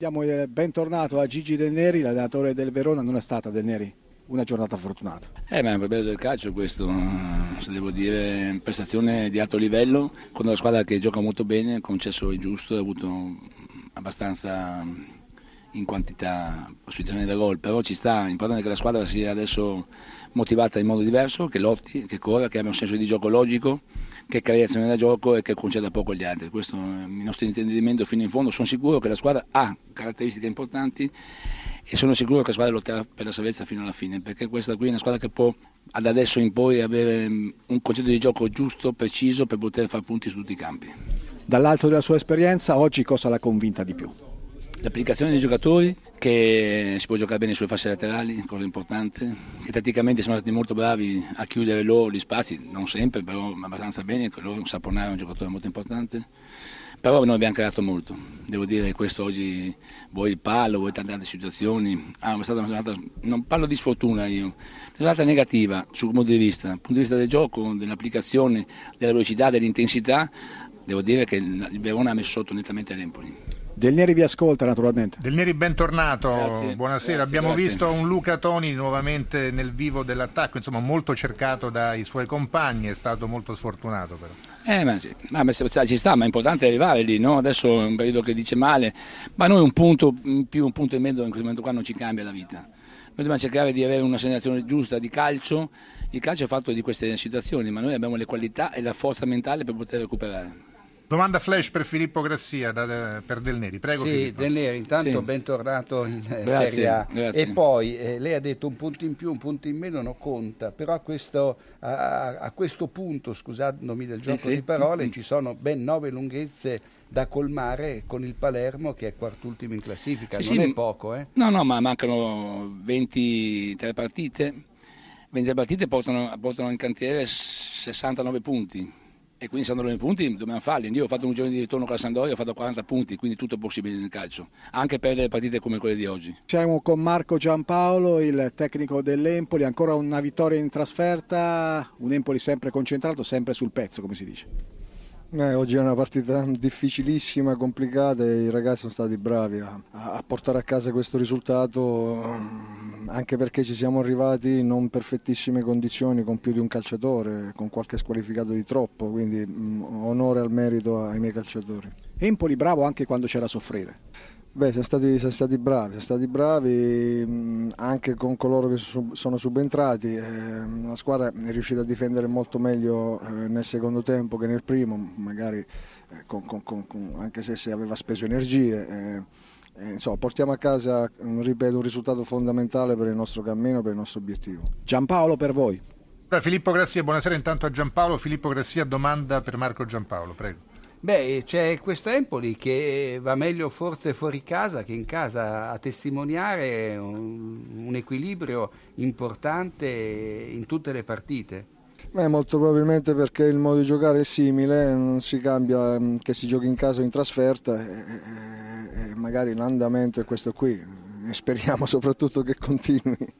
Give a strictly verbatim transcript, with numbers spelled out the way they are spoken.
Diamo il bentornato a Gigi Del Neri, l'allenatore del Verona. Non è stata, Del Neri, una giornata fortunata? Eh, ma è il bello del calcio questo, se devo dire, prestazione di alto livello, con una squadra che gioca molto bene, ha concesso il giusto, ha avuto abbastanza in quantità possibilità da gol, però ci sta, l'importante è che la squadra sia adesso motivata in modo diverso, che lotti, che corra, che abbia un senso di gioco logico, che creazione da gioco e che conceda poco agli altri. Questo è il nostro intendimento fino in fondo. Sono sicuro che la squadra ha caratteristiche importanti e sono sicuro che la squadra lotterà per la salvezza fino alla fine, perché questa qui è una squadra che può ad adesso in poi avere un concetto di gioco giusto, preciso, per poter fare punti su tutti i campi. Dall'alto della sua esperienza, oggi cosa l'ha convinta di più? L'applicazione dei giocatori, che si può giocare bene sulle fasce laterali, cosa importante, che tatticamente sono stati molto bravi a chiudere loro gli spazi, non sempre, però abbastanza bene, loro Saponara è un giocatore molto importante, però noi abbiamo creato molto, devo dire che questo oggi, vuoi il palo, vuoi tante altre situazioni, ah, è stata una giornata, non parlo di sfortuna io, una giornata negativa sul punto di vista, dal punto di vista del gioco, dell'applicazione, della velocità, dell'intensità, devo dire che il Verona ha messo sotto nettamente l'Empoli. Del Neri vi ascolta naturalmente. Del Neri, bentornato, grazie, buonasera. Grazie, Abbiamo grazie. visto un Luca Toni nuovamente nel vivo dell'attacco, insomma molto cercato dai suoi compagni, è stato molto sfortunato però. Eh, ma, sì. ma ci sta, ma è importante arrivare lì, no? Adesso è un periodo che dice male, ma noi un punto in più, un punto in meno in questo momento qua non ci cambia la vita. Noi dobbiamo cercare di avere una sensazione giusta di calcio, il calcio è fatto di queste situazioni, ma noi abbiamo le qualità e la forza mentale per poter recuperare. Domanda flash per Filippo Grassia, da, per Del Neri. Prego, sì, Filippo. Del Neri, intanto sì. bentornato in eh, Grazie, Serie A. grazie. E poi eh, lei ha detto un punto in più, un punto in meno non conta, però a questo, a, a questo punto, scusandomi del gioco sì, sì. di parole, Mm-hmm. ci sono ben nove lunghezze da colmare con il Palermo che è quart'ultimo in classifica, Sì, non sì. è poco. Eh? No, no, ma mancano ventitré partite, ventitré partite portano, portano in cantiere sessantanove punti. E quindi sessantanove punti dobbiamo farli. Io ho fatto un giorno di ritorno con la Sampdoria, ho fatto quaranta punti, quindi tutto è possibile nel calcio, anche perdere partite come quelle di oggi. Siamo con Marco Giampaolo, il tecnico dell'Empoli, ancora una vittoria in trasferta, un Empoli sempre concentrato, sempre sul pezzo, come si dice. Eh, oggi è una partita difficilissima, complicata e i ragazzi sono stati bravi a, a portare a casa questo risultato, anche perché ci siamo arrivati in non perfettissime condizioni con più di un calciatore, con qualche squalificato di troppo, quindi mh, onore al merito ai miei calciatori. Empoli bravo anche quando c'era a soffrire. Beh, siamo stati, siamo stati bravi, siamo stati bravi mh, anche con coloro che su, sono subentrati. Eh, la squadra è riuscita a difendere molto meglio eh, nel secondo tempo che nel primo, magari eh, con, con, con, anche se, se aveva speso energie. Eh, eh, insomma, portiamo a casa, ripeto, un risultato fondamentale per il nostro cammino, per il nostro obiettivo. Giampaolo, per voi. Beh, Filippo Grassia, buonasera intanto a Giampaolo. Filippo Grassia, domanda per Marco Giampaolo, prego. Beh, c'è questo Empoli che va meglio forse fuori casa che in casa a testimoniare un, un equilibrio importante in tutte le partite. Beh, molto probabilmente perché il modo di giocare è simile, non si cambia che si giochi in casa o in trasferta e, e magari l'andamento è questo qui e speriamo soprattutto che continui.